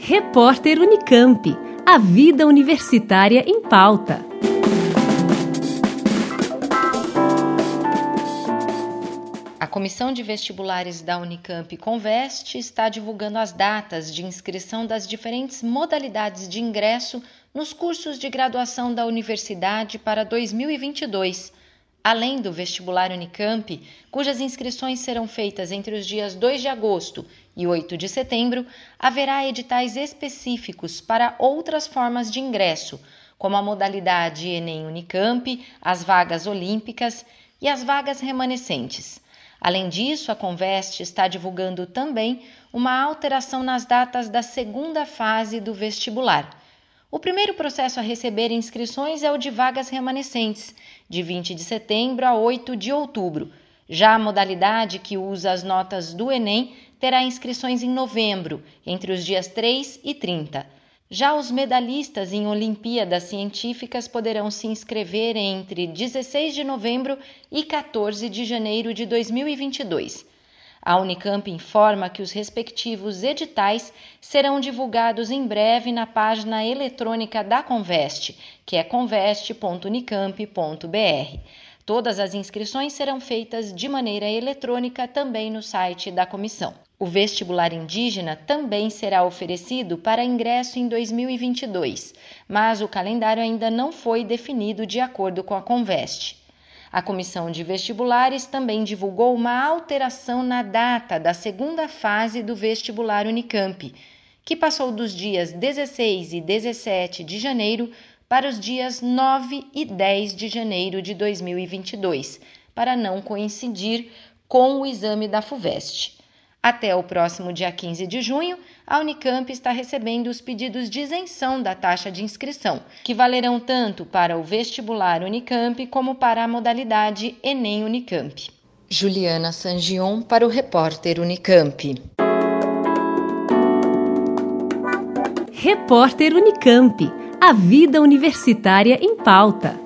Repórter Unicamp. A vida universitária em pauta. A Comissão de Vestibulares da Unicamp Conveste está divulgando as datas de inscrição das diferentes modalidades de ingresso nos cursos de graduação da universidade para 2022, além do vestibular Unicamp, cujas inscrições serão feitas entre os dias 2 de agosto e 8 de setembro, haverá editais específicos para outras formas de ingresso, como a modalidade Enem Unicamp, as vagas olímpicas e as vagas remanescentes. Além disso, a Conveste está divulgando também uma alteração nas datas da segunda fase do vestibular. O primeiro processo a receber inscrições é o de vagas remanescentes, de 20 de setembro a 8 de outubro. Já a modalidade que usa as notas do Enem terá inscrições em novembro, entre os dias 3 e 30. Já os medalhistas em Olimpíadas Científicas poderão se inscrever entre 16 de novembro e 14 de janeiro de 2022. A Unicamp informa que os respectivos editais serão divulgados em breve na página eletrônica da Conveste, que é conveste.unicamp.br. Todas as inscrições serão feitas de maneira eletrônica também no site da comissão. O vestibular indígena também será oferecido para ingresso em 2022, mas o calendário ainda não foi definido de acordo com a Conveste. A Comissão de Vestibulares também divulgou uma alteração na data da segunda fase do vestibular Unicamp, que passou dos dias 16 e 17 de janeiro para os dias 9 e 10 de janeiro de 2022, para não coincidir com o exame da FUVEST. Até o próximo dia 15 de junho, a Unicamp está recebendo os pedidos de isenção da taxa de inscrição, que valerão tanto para o vestibular Unicamp como para a modalidade Enem Unicamp. Juliana Sangion para o Repórter Unicamp. Repórter Unicamp. A vida universitária em pauta.